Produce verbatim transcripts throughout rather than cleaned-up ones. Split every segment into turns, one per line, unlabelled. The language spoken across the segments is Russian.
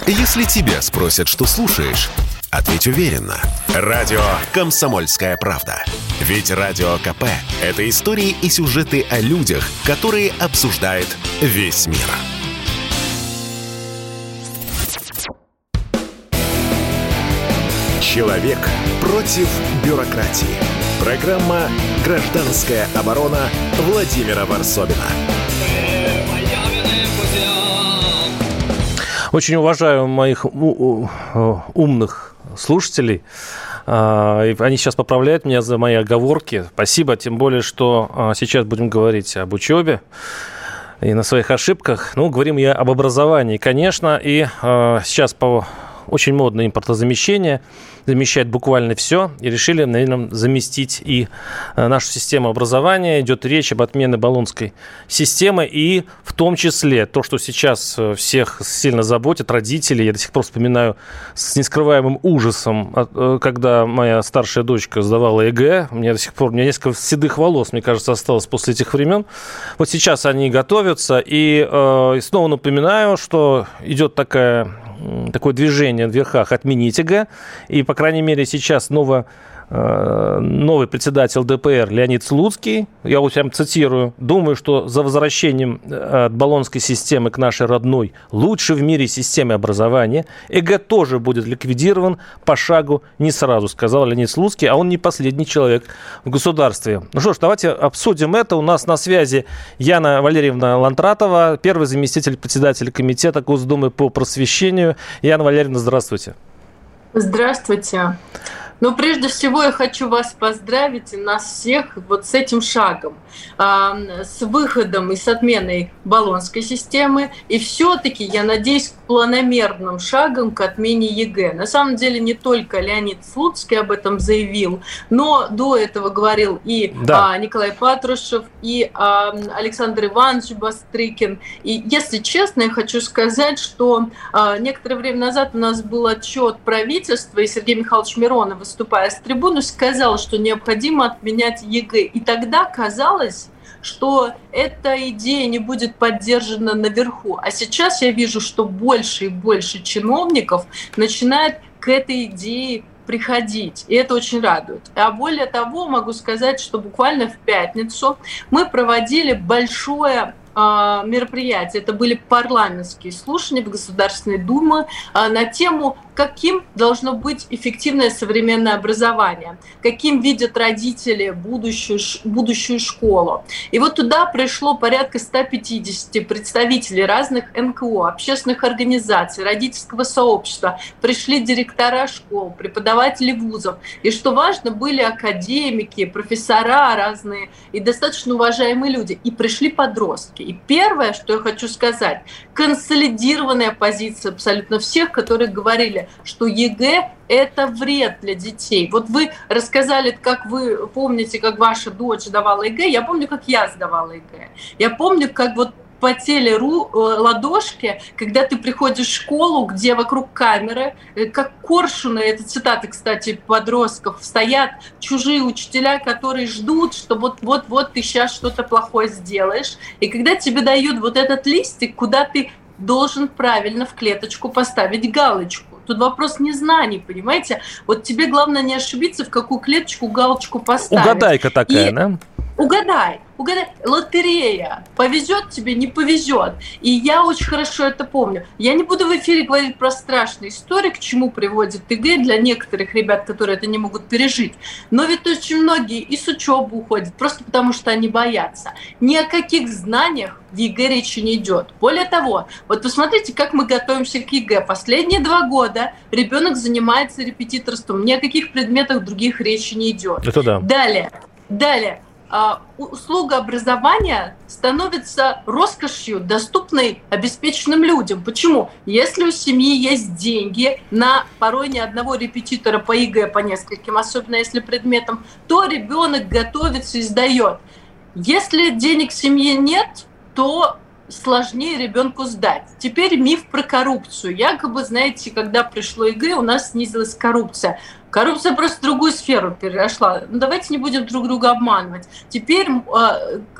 Если тебя спросят, что слушаешь, ответь уверенно. Радио «Комсомольская правда». Ведь Радио КП – это истории и сюжеты о людях, которые обсуждает весь мир. Человек против бюрократии. Программа «Гражданская оборона» Владимира Варсобина.
Очень уважаю моих умных слушателей. Они сейчас поправляют меня за мои оговорки. Спасибо, тем более, что сейчас будем говорить об учебе и на своих ошибках. Ну, говорим я об образовании, конечно. И сейчас по очень модное импортозамещение замещает буквально все. И решили, наверное, заместить и нашу систему образования. Идет речь об отмене болонской системы. И в том числе то, что сейчас всех сильно заботит, родителей. Я до сих пор вспоминаю с нескрываемым ужасом, когда моя старшая дочка сдавала ЕГЭ. У меня до сих пор, у меня несколько седых волос, мне кажется, осталось после этих времен. Вот сейчас они готовятся. И, и снова напоминаю, что идет такая... такое движение в верхах отменить ЕГЭ. И, по крайней мере, сейчас ново, э, новый председатель ДПР Леонид Слуцкий, я вот прям цитирую, думаю, что за возвращением от болонской системы к нашей родной, лучшей в мире системе образования, ЕГЭ тоже будет ликвидирован по шагу не сразу, сказал Леонид Слуцкий, а он не последний человек в государстве. Ну что ж, давайте обсудим это. У нас на связи Яна Валерьевна Лантратова, первый заместитель председателя комитета Госдумы по просвещению. Яна Валерьевна, здравствуйте.
Здравствуйте. Но прежде всего я хочу вас поздравить и нас всех вот с этим шагом, с выходом и с отменой болонской системы. И все-таки, я надеюсь, планомерным шагом к отмене ЕГЭ. На самом деле не только Леонид Слуцкий об этом заявил, но до этого говорил и да. Николай Патрушев, и Александр Иванович Бастрыкин. И если честно, я хочу сказать, что некоторое время назад у нас был отчет правительства, и Сергей Михайлович Миронов, выступая с трибуны, сказал, что необходимо отменять ЕГЭ. И тогда казалось, что эта идея не будет поддержана наверху. А сейчас я вижу, что больше и больше чиновников начинают к этой идее приходить. И это очень радует. А более того, могу сказать, что буквально в пятницу мы проводили большое мероприятия. Это были парламентские слушания в Государственной Думе на тему, каким должно быть эффективное современное образование, каким видят родители будущую, будущую школу. И вот туда пришло порядка ста пятидесяти представителей разных эн ка о, общественных организаций, родительского сообщества. Пришли директора школ, преподаватели вузов. И что важно, были академики, профессора разные и достаточно уважаемые люди. И пришли подростки. И первое, что я хочу сказать, консолидированная позиция абсолютно всех, которые говорили, что ЕГЭ – это вред для детей. Вот вы рассказали, как вы помните, как ваша дочь сдавала ЕГЭ. Я помню, как я сдавала ЕГЭ. Я помню, как вот потели ру, ладошки, когда ты приходишь в школу, где вокруг камеры, как коршуны, это цитаты, кстати, подростков, стоят чужие учителя, которые ждут, что вот-вот-вот ты сейчас что-то плохое сделаешь. И когда тебе дают вот этот листик, куда ты должен правильно в клеточку поставить галочку. Тут вопрос незнаний, понимаете? Вот тебе главное не ошибиться, в какую клеточку галочку поставить.
Угадайка такая, и... да?
Угадай, угадай, лотерея. Повезет тебе, не повезет. И я очень хорошо это помню. Я не буду в эфире говорить про страшные истории, к чему приводит ЕГЭ для некоторых ребят, которые это не могут пережить. Но ведь очень многие и с учебы уходят, просто потому что они боятся. Ни о каких знаниях в ЕГЭ речи не идет. Более того, вот посмотрите, как мы готовимся к ЕГЭ. Последние два года ребенок занимается репетиторством. Ни о каких предметах других речи не идет.
Это да.
Далее, далее. Услуга образования становится роскошью, доступной обеспеченным людям. Почему? Если у семьи есть деньги на порой ни одного репетитора по ЕГЭ, по нескольким, особенно если предметам, то ребенок готовится и сдает. Если денег в семье нет, то сложнее ребенку сдать. Теперь миф про коррупцию. Якобы, знаете, когда пришло ЕГЭ, у нас снизилась коррупция. Коррупция просто в другую сферу перешла. Ну, давайте не будем друг друга обманывать. Теперь э,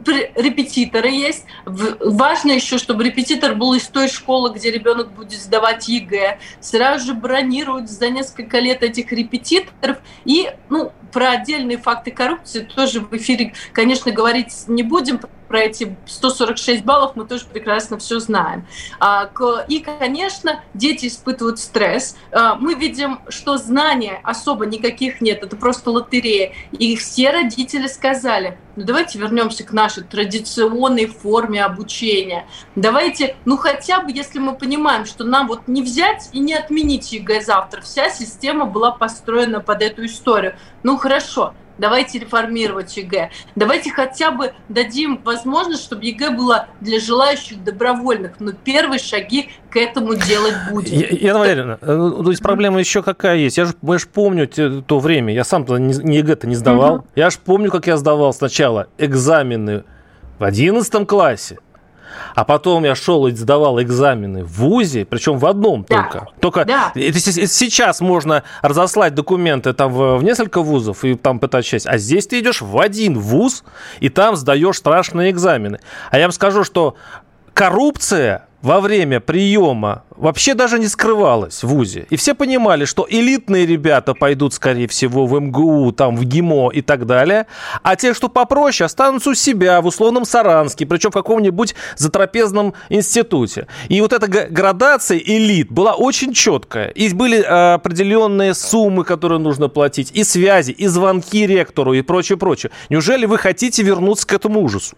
репетиторы есть. Важно еще, чтобы репетитор был из той школы, где ребенок будет сдавать ЕГЭ. Сразу же бронируют за несколько лет этих репетиторов. И, ну, про отдельные факты коррупции тоже в эфире, конечно, говорить не будем. Про эти сто сорок шесть баллов мы тоже прекрасно все знаем. И, конечно, дети испытывают стресс. Мы видим, что знаний особо никаких нет, это просто лотерея. И все родители сказали, ну давайте вернемся к нашей традиционной форме обучения. Давайте, ну хотя бы, если мы понимаем, что нам вот не взять и не отменить ЕГЭ завтра, вся система была построена под эту историю. Ну хорошо. Давайте реформировать ЕГЭ. Давайте хотя бы дадим возможность, чтобы ЕГЭ было для желающих добровольных. Но первые шаги к этому делать будем.
Яна Валерьевна, ну, то есть проблема еще какая есть? Я же, я же помню то время, я сам-то не, ЕГЭ-то не сдавал. Угу. Я же помню, как я сдавал сначала экзамены в одиннадцатом классе. А потом я шел и сдавал экзамены в ВУЗе, причем в одном да. только. Только да. это, сейчас можно разослать документы там в, в несколько вузов и там пытать часть. А здесь ты идешь в один вуз и там сдаешь страшные экзамены. А я вам скажу, что коррупция во время приема вообще даже не скрывалась в ВУЗе. И все понимали, что элитные ребята пойдут, скорее всего, в МГУ, там, в ГИМО и так далее, а те, что попроще, останутся у себя в условном Саранске, причем в каком-нибудь затрапезном институте. И вот эта градация элит была очень четкая. И были определенные суммы, которые нужно платить, и связи, и звонки ректору, и прочее, прочее. Неужели вы хотите вернуться к этому ужасу?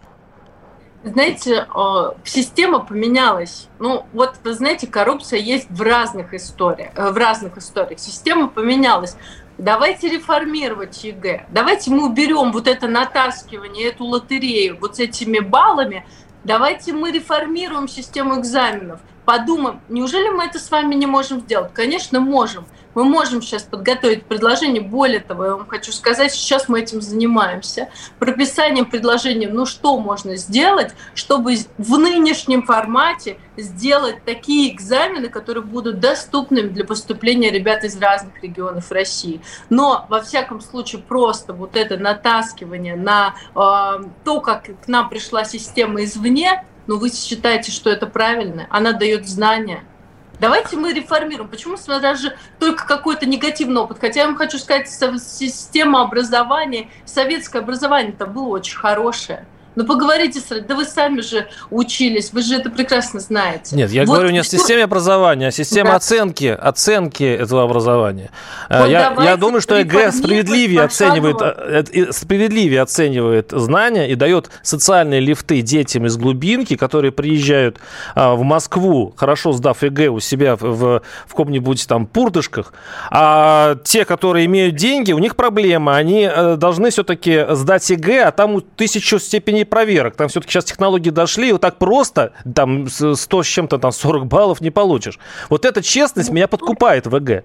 Знаете, система поменялась. Ну, вот, вы знаете, коррупция есть в разных историях. В разных историях. Система поменялась. Давайте реформировать ЕГЭ. Давайте мы уберем вот это натаскивание, эту лотерею вот с этими баллами. Давайте мы реформируем систему экзаменов. Подумаем, неужели мы это с вами не можем сделать? Конечно, можем. Мы можем сейчас подготовить предложение. Более того, я вам хочу сказать, сейчас мы этим занимаемся. Прописанием предложения, ну что можно сделать, чтобы в нынешнем формате сделать такие экзамены, которые будут доступными для поступления ребят из разных регионов России. Но, во всяком случае, просто вот это натаскивание на э, то, как к нам пришла система извне, ну вы считаете, что это правильно? Она дает знания. Давайте мы реформируем. Почему даже только какой-то негативный опыт? Хотя я вам хочу сказать, система образования, советское образование-то было очень хорошее. Ну, поговорите с... Да вы сами же учились, вы же это прекрасно знаете.
Нет, я вот говорю не о системе образования, а о системе да. оценки, оценки этого образования. Вот я, я думаю, что ЕГЭ справедливее оценивает, справедливее оценивает знания и дает социальные лифты детям из глубинки, которые приезжают в Москву, хорошо сдав ЕГЭ у себя в, в каком-нибудь там Пуртышках, а те, которые имеют деньги, у них проблема. Они должны все-таки сдать ЕГЭ, а там тысячу степеней проверок. Там все-таки сейчас технологии дошли, и вот так просто там сто с чем-то, там сорок баллов не получишь. Вот эта честность меня подкупает в ЕГЭ.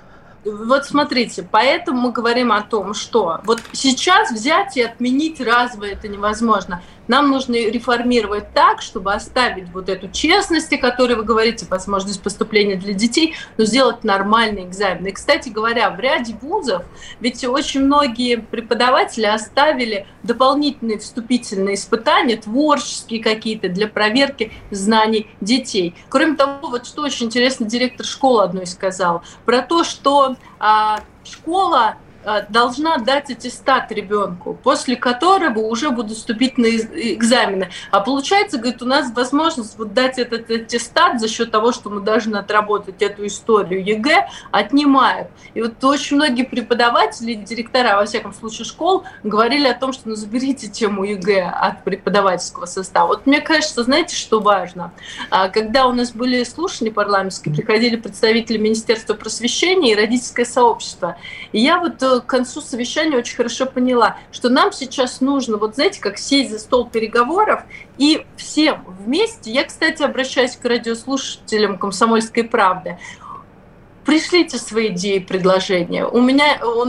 Вот смотрите, поэтому мы говорим о том, что вот сейчас взять и отменить разово это невозможно. Нам нужно реформировать так, чтобы оставить вот эту честность, о которой вы говорите, возможность поступления для детей, но сделать нормальные экзамены. И, кстати говоря, в ряде вузов ведь очень многие преподаватели оставили дополнительные вступительные испытания, творческие какие-то, для проверки знаний детей. Кроме того, вот что очень интересно, директор школы одной сказал, про то, что а, школа должна дать аттестат ребенку, после которого уже будут вступительные экзамены. А получается, говорит, у нас возможность вот дать этот аттестат за счет того, что мы должны отработать эту историю ЕГЭ, отнимают. И вот очень многие преподаватели, директора, во всяком случае, школ, говорили о том, что ну заберите тему ЕГЭ от преподавательского состава. Вот мне кажется, знаете, что важно? Когда у нас были слушания парламентские, приходили представители Министерства просвещения и родительское сообщество. И я вот к концу совещания очень хорошо поняла, что нам сейчас нужно, вот знаете, как сесть за стол переговоров и всем вместе, я, кстати, обращаюсь к радиослушателям «Комсомольской правды», пришлите свои идеи и предложения. У меня, у нас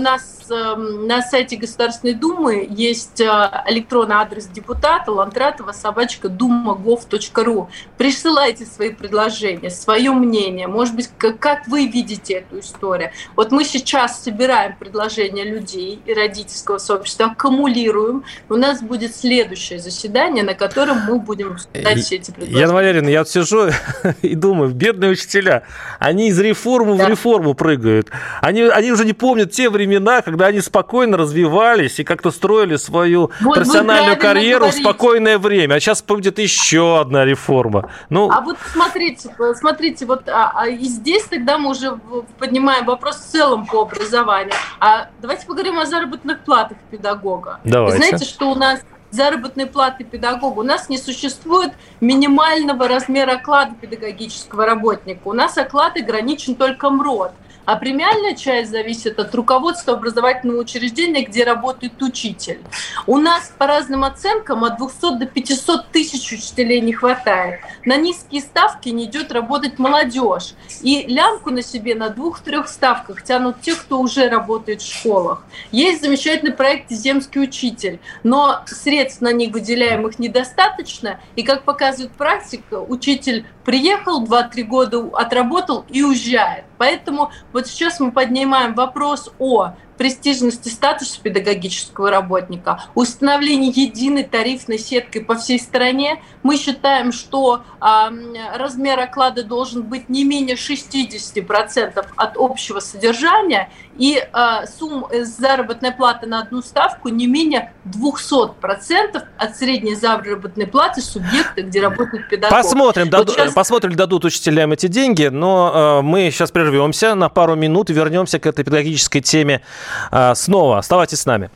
на сайте Государственной Думы есть электронный адрес депутата лантратова собака дума гов точка ру. Присылайте свои предложения, свое мнение. Может быть, как вы видите эту историю. Вот мы сейчас собираем предложения людей и родительского сообщества, аккумулируем. У нас будет следующее заседание, на котором мы будем обсуждать все эти предложения.
Яна Валерьевна, я вот сижу и думаю, бедные учителя, они из реформы да. в реформу прыгают. Они, они уже не помнят те времена, когда они спокойно развивались и как-то строили свою вот профессиональную карьеру говорите. В спокойное время. А сейчас будет еще одна реформа. Ну...
А вот смотрите, смотрите, вот а, а, и здесь тогда мы уже поднимаем вопрос в целом по образованию. А давайте поговорим о заработных платах педагога.
Давайте.
Вы знаете, что у нас заработной платы педагога. У нас не существует минимального размера оклада педагогического работника. У нас оклад ограничен только МРОТ. А премиальная часть зависит от руководства образовательного учреждения, где работает учитель. У нас по разным оценкам от двухсот до пятисот тысяч учителей не хватает. На низкие ставки не идет работать молодежь. И лямку на себе на двух-трех ставках тянут те, кто уже работает в школах. Есть замечательный проект «Земский учитель», но средств на них выделяемых недостаточно. И, как показывает практика, учитель приехал, два-три года отработал и уезжает. Поэтому вот сейчас мы поднимаем вопрос о престижности статуса педагогического работника, установлении единой тарифной сетки по всей стране. Мы считаем, что э, размер оклада должен быть не менее шестьдесят процентов от общего содержания и э, сумма заработной платы на одну ставку не менее двести процентов от средней заработной платы субъекта, где работает педагог.
Посмотрим,
вот
даду,
сейчас...
посмотрим, дадут учителям эти деньги, но э, мы сейчас прервемся на пару минут и вернемся к этой педагогической теме э, снова. Оставайтесь с нами.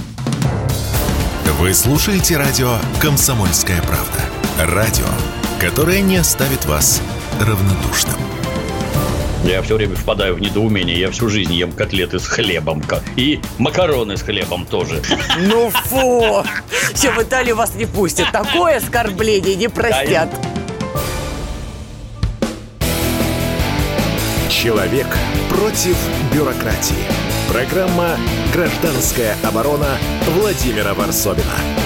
Вы слушаете радио «Комсомольская правда». Радио, которое не оставит вас равнодушным.
Я все время впадаю в недоумение. Я всю жизнь ем котлеты с хлебом. И макароны с хлебом тоже.
Ну фу! Все, в Италию вас не пустят. Такое оскорбление не простят.
Человек против бюрократии. Программа «Гражданская оборона» Владимира Варсобина.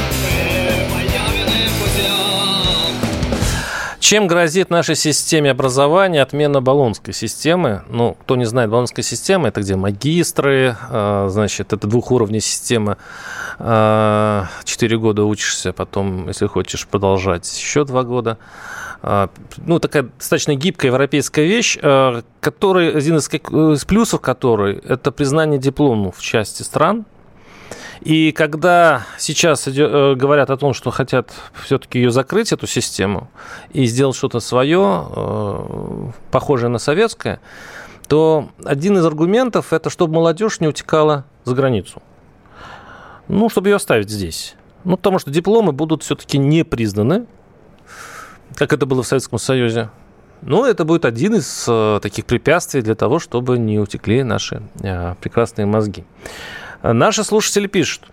Чем грозит нашей системе образования отмена Болонской системы? Ну, кто не знает, Болонская система – это где магистры, значит, это двухуровневая система. Четыре года учишься, потом, если хочешь продолжать, еще два года. Ну, такая достаточно гибкая европейская вещь, который, один из, из плюсов которой – это признание дипломов в части стран. И когда сейчас идет, говорят о том, что хотят все-таки ее закрыть, эту систему, и сделать что-то свое, похожее на советское, то один из аргументов – это чтобы молодежь не утекала за границу. Ну, чтобы ее оставить здесь. Ну, потому что дипломы будут все-таки не признаны, как это было в Советском Союзе. Ну, это будет один из э, таких препятствий для того, чтобы не утекли наши э, прекрасные мозги. Наши слушатели пишут.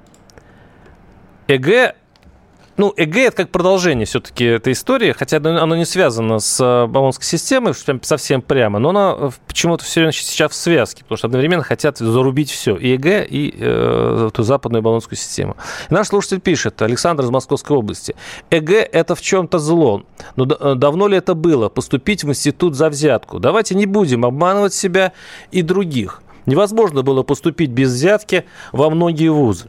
ЕГЭ, ну, ЕГЭ – это как продолжение все-таки этой истории, хотя оно не связано с Болонской системой совсем прямо, но оно почему-то все время сейчас в связке, потому что одновременно хотят зарубить все, и ЕГЭ, и э, эту западную Болонскую систему. И наш слушатель пишет, Александр из Московской области, ЕГЭ – это в чем-то зло. Но давно ли это было? Поступить в институт за взятку. Давайте не будем обманывать себя и других. Невозможно было поступить без взятки во многие вузы.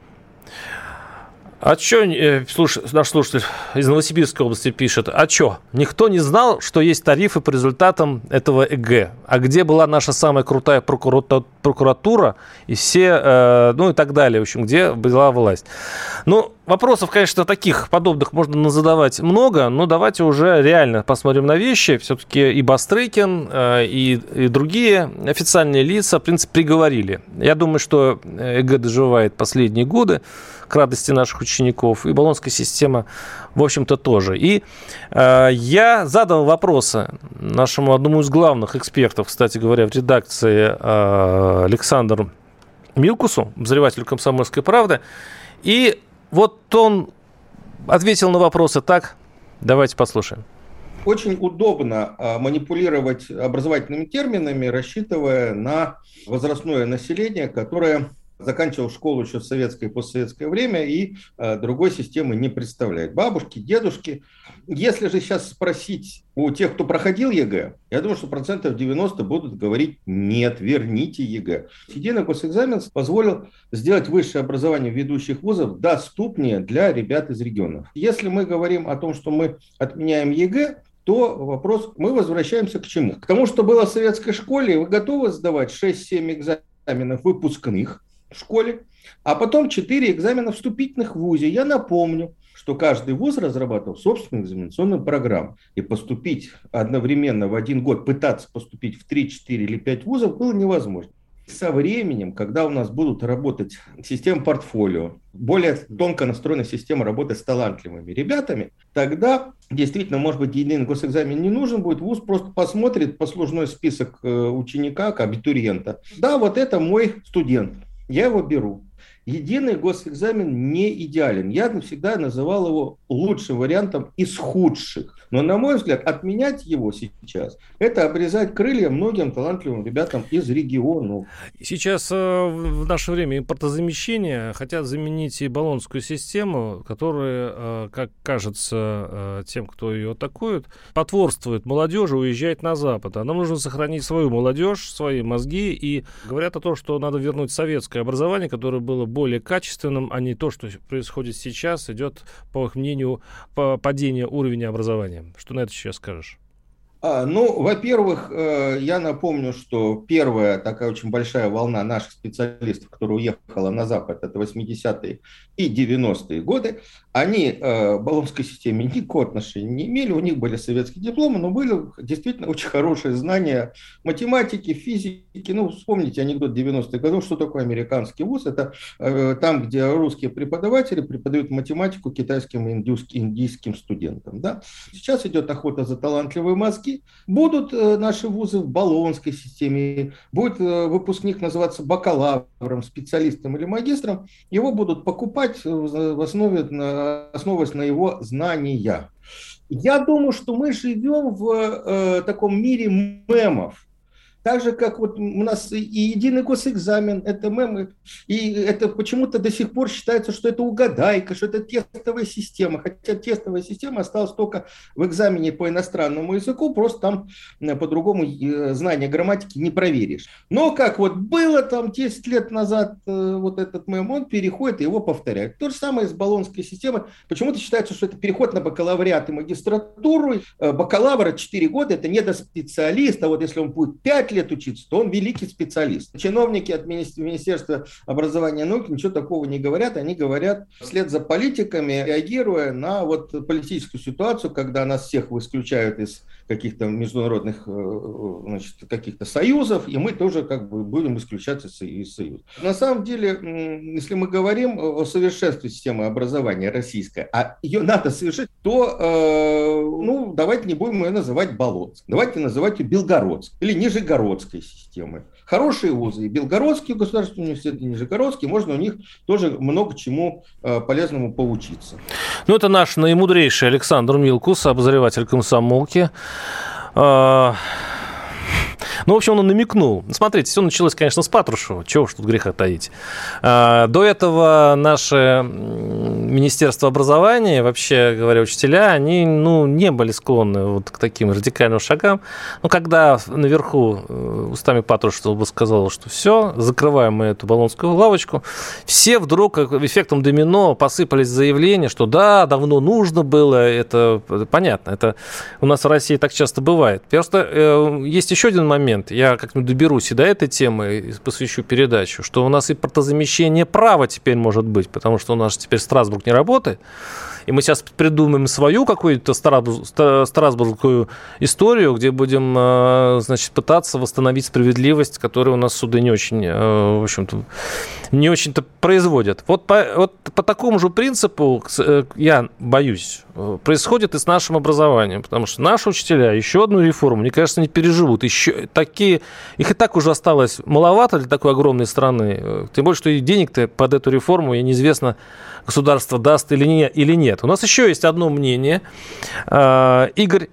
А что, э, слушай, наш слушатель из Новосибирской области пишет, а что, никто не знал, что есть тарифы по результатам этого ЕГЭ? А где была наша самая крутая прокуратура, прокуратура и все, э, ну и так далее, в общем, где была власть? Ну, вопросов, конечно, таких подобных можно задавать много, но давайте уже реально посмотрим на вещи. Все-таки и Бастрыкин, э, и, и другие официальные лица, в принципе, приговорили. Я думаю, что ЕГЭ доживает последние годы к радости наших учеников, и Болонская система, в общем-то, тоже. И э, я задал вопросы нашему одному из главных экспертов, кстати говоря, в редакции э, Александру Милкусу, обозревателю «Комсомольской правды», и вот он ответил на вопросы так. Давайте послушаем.
Очень удобно манипулировать образовательными терминами, рассчитывая на возрастное население, которое заканчивал школу еще в советское и постсоветское время и другой системы не представляет. Бабушки, дедушки. Если же сейчас спросить у тех, кто проходил ЕГЭ, я думаю, что процентов девяносто будут говорить «нет, верните ЕГЭ». Единый госэкзамен позволил сделать высшее образование в ведущих вузах доступнее для ребят из регионов. Если мы говорим о том, что мы отменяем ЕГЭ, то вопрос, мы возвращаемся к чему? К тому, что было в советской школе, вы готовы сдавать шесть-семь экзаменов выпускных в школе, а потом четыре экзамена вступительных в вузе. Я напомню, что каждый вуз разрабатывал собственную экзаменационную программу. И поступить одновременно в один год, пытаться поступить в три, четыре или пять вузов было невозможно. Со временем, когда у нас будут работать системы портфолио, более тонко настроенная система работы с талантливыми ребятами, тогда действительно, может быть, единый госэкзамен не нужен будет, вуз просто посмотрит послужной список ученика, абитуриента. Да, вот это мой студент, я его беру. Единый госэкзамен не идеален. Я всегда называл его лучшим вариантом из худших. Но, на мой взгляд, отменять его сейчас – это обрезать крылья многим талантливым ребятам из регионов.
Сейчас в наше время импортозамещение хотят заменить и болонскую систему, которая, как кажется тем, кто ее атакует, потворствует молодежи уезжать на Запад. А нам нужно сохранить свою молодежь, свои мозги. И говорят о том, что надо вернуть советское образование, которое было более качественным, а не то, что происходит сейчас, идет, по их мнению, падение уровня образования. Что на это сейчас скажешь?
А, ну, во-первых, э, я напомню, что первая такая очень большая волна наших специалистов, которая уехала на Запад, это восьмидесятые и девяностые годы, они э, к болонской системе никакого отношения не имели, у них были советские дипломы, но были действительно очень хорошие знания математики, физики. Ну, вспомните анекдот девяностых годов, что такое американский вуз. Это э, там, где русские преподаватели преподают математику китайским и индийским, индийским студентам. Да? Сейчас идет охота за талантливые мозги. Будут э, наши вузы в болонской системе, будет э, выпускник называться бакалавром, специалистом или магистром, его будут покупать в, в основе, на, основываясь на его знания. Я думаю, что мы живем в э, таком мире мемов. Так же, как вот у нас и единый госэкзамен, это мемы, и это почему-то до сих пор считается, что это угадайка, что это тестовая система, хотя тестовая система осталась только в экзамене по иностранному языку, просто там по-другому знания грамматики не проверишь. Но как вот было там десять лет назад вот этот мем, он переходит и его повторяет. То же самое с болонской системой. Почему-то считается, что это переход на бакалавриат и магистратуру. Бакалавр четыре года, это не до специалиста, вот если он будет пять лет учиться, то он великий специалист. Чиновники от Министерства образования и науки ничего такого не говорят, они говорят вслед за политиками, реагируя на вот политическую ситуацию, когда нас всех исключают из каких-то международных, значит, каких-то союзов, и мы тоже как бы будем исключаться из союза. На самом деле, если мы говорим о совершенстве системы образования российской, а ее надо совершить, то, э, ну, давайте не будем ее называть Болонской, давайте называть ее Белгородской или Нижегородской системой. Хорошие вузы, и Белгородский государственный университет, и Нижегородский, можно у них тоже много чему э, полезному поучиться.
Ну, это наш наимудрейший Александр Милкус, обозреватель «Комсомолки». Ну, в общем, он намекнул. Смотрите, все началось, конечно, с Патрушева. Чего уж тут греха таить. До этого наше Министерство образования, вообще говоря, учителя, они, ну, не были склонны вот к таким радикальным шагам. Но когда наверху устами Патрушева бы сказал, что все, закрываем мы эту болонскую лавочку, все вдруг эффектом домино посыпались заявления, что да, давно нужно было, это понятно. Это у нас в России так часто бывает. Просто э, есть еще один момент. Я как-нибудь доберусь и до этой темы и посвящу передачу, что у нас и импортозамещение права теперь может быть, потому что у нас теперь Страсбург не работает, и мы сейчас придумаем свою какую-то страсбургскую историю, где будем, значит, пытаться восстановить справедливость, которую у нас суды не очень, в общем-то, не очень-то производят. Вот по, вот по такому же принципу, я боюсь, происходит и с нашим образованием, потому что наши учителя еще одну реформу, мне кажется, не переживут. Еще такие, их и так уже осталось маловато для такой огромной страны, тем более, что и денег-то под эту реформу, и неизвестно, государство даст или, не, или нет. У нас еще есть одно мнение. Игорь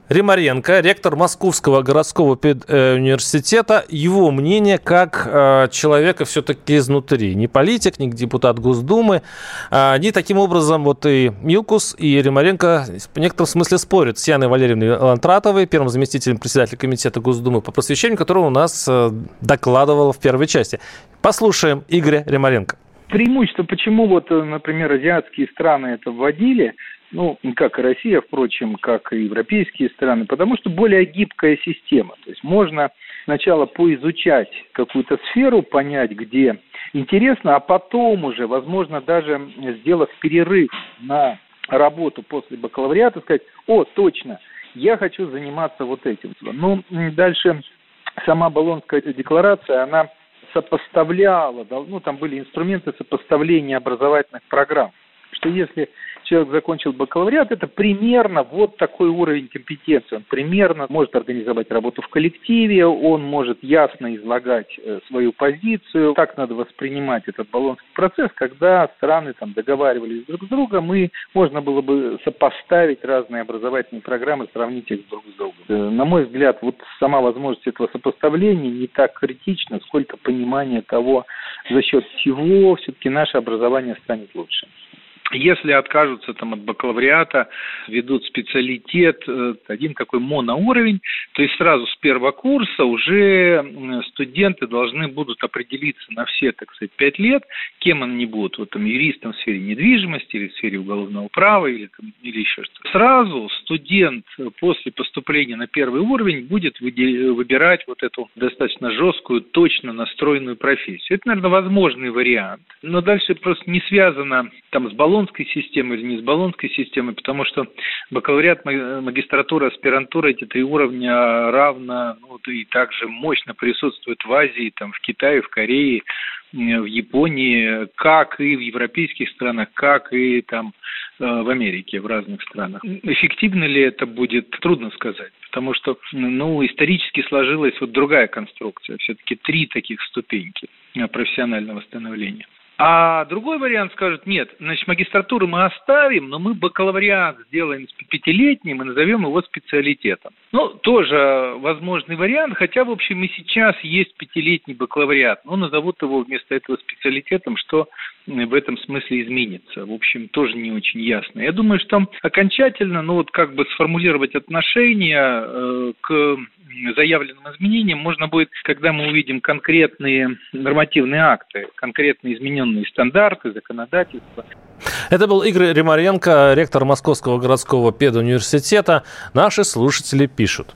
Римаренко, ректор Московского городского педуниверситета. Его мнение как э, человека все-таки изнутри. Не политик, не депутат Госдумы. А они таким образом, вот и Милкус, и Римаренко в некотором смысле спорят с Яной Валерьевной Лантратовой, первым заместителем председателя комитета Госдумы по просвещению, которого у нас э, докладывала в первой части. Послушаем Игоря Римаренко.
Преимущество, почему вот, например, азиатские страны это вводили, ну, как и Россия, впрочем, как и европейские страны, потому что более гибкая система. То есть можно сначала поизучать какую-то сферу, понять, где интересно, а потом уже, возможно, даже сделав перерыв на работу после бакалавриата, сказать: о, точно, я хочу заниматься вот этим. Ну, дальше сама Болонская декларация, она сопоставляла, ну, там были инструменты сопоставления образовательных программ, что если человек закончил бакалавриат, это примерно вот такой уровень компетенции. Он примерно может организовать работу в коллективе, он может ясно излагать свою позицию. Так надо воспринимать этот Болонский процесс, когда страны там договаривались друг с другом, и можно было бы сопоставить разные образовательные программы, сравнить их друг с другом. На мой взгляд, вот сама возможность этого сопоставления не так критична, сколько понимание того, за счет чего все-таки наше образование станет лучше. Если откажутся там от бакалавриата, ведут специалитет, один такой моноуровень, то есть сразу с первого курса уже студенты должны будут определиться на все, так сказать, пять лет, кем они будут, вот там юристом в сфере недвижимости или в сфере уголовного права или, там, или еще что-то. Сразу студент после поступления на первый уровень будет выбирать вот эту достаточно жесткую, точно настроенную профессию. Это, наверное, возможный вариант. Но дальше просто не связано там с баллонской системой или не с баллонской системой, потому что бакалавриат, магистратура, аспирантура, эти три уровня равно, ну, и также мощно присутствуют в Азии, там, в Китае, в Корее, в Японии, как и в европейских странах, как и там в Америке, в разных странах. Эффективно ли это будет, трудно сказать, потому что, ну, исторически сложилась вот другая конструкция, все-таки три таких ступеньки профессионального становления. А другой вариант скажет: нет, значит, магистратуру мы оставим, но мы бакалавриат сделаем пятилетним и назовем его специалитетом. Ну, тоже возможный вариант, хотя, в общем, и сейчас есть пятилетний бакалавриат, но назовут его вместо этого специалитетом, что в этом смысле изменится. В общем, тоже не очень ясно. Я думаю, что окончательно, ну, вот как бы сформулировать отношение э, к заявленным изменениям можно будет, когда мы увидим конкретные нормативные акты, конкретные измененные стандарты, законодательства.
Это был Игорь Римаренко, ректор Московского городского педуниверситета. Наши слушатели пишут.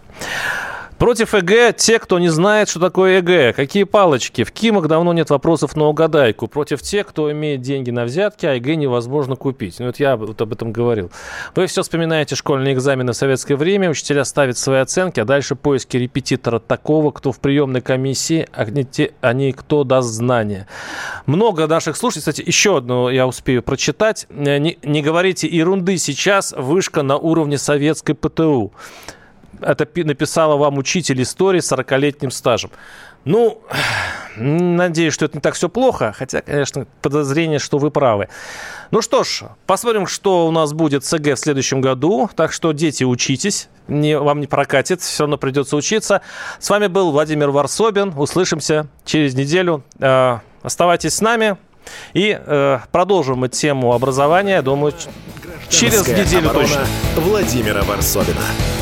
Против ЕГЭ те, кто не знает, что такое ЕГЭ. Какие палочки? В КИМах давно нет вопросов на угадайку. Против тех, кто имеет деньги на взятки, а ЕГЭ невозможно купить. Ну, это я вот об этом говорил. Вы все вспоминаете школьные экзамены в советское время. Учителя ставят свои оценки, а дальше поиски репетитора такого, кто в приемной комиссии, а не, те, а не кто даст знания. Много наших слушателей. Кстати, еще одну я успею прочитать. Не, не говорите ерунды, сейчас вышка на уровне советской ПТУ. Это написала вам учитель истории с сорокалетним стажем. Ну, надеюсь, что это не так все плохо, хотя, конечно, подозрение, что вы правы. Ну что ж, посмотрим, что у нас будет с ЕГЭ в следующем году. Так что, дети, учитесь, не, вам не прокатит, все равно придется учиться. С вами был Владимир Варсобин. Услышимся через неделю. Э, оставайтесь с нами и э, продолжим мы тему образования, думаю, через неделю точно.
Владимира Варсобина.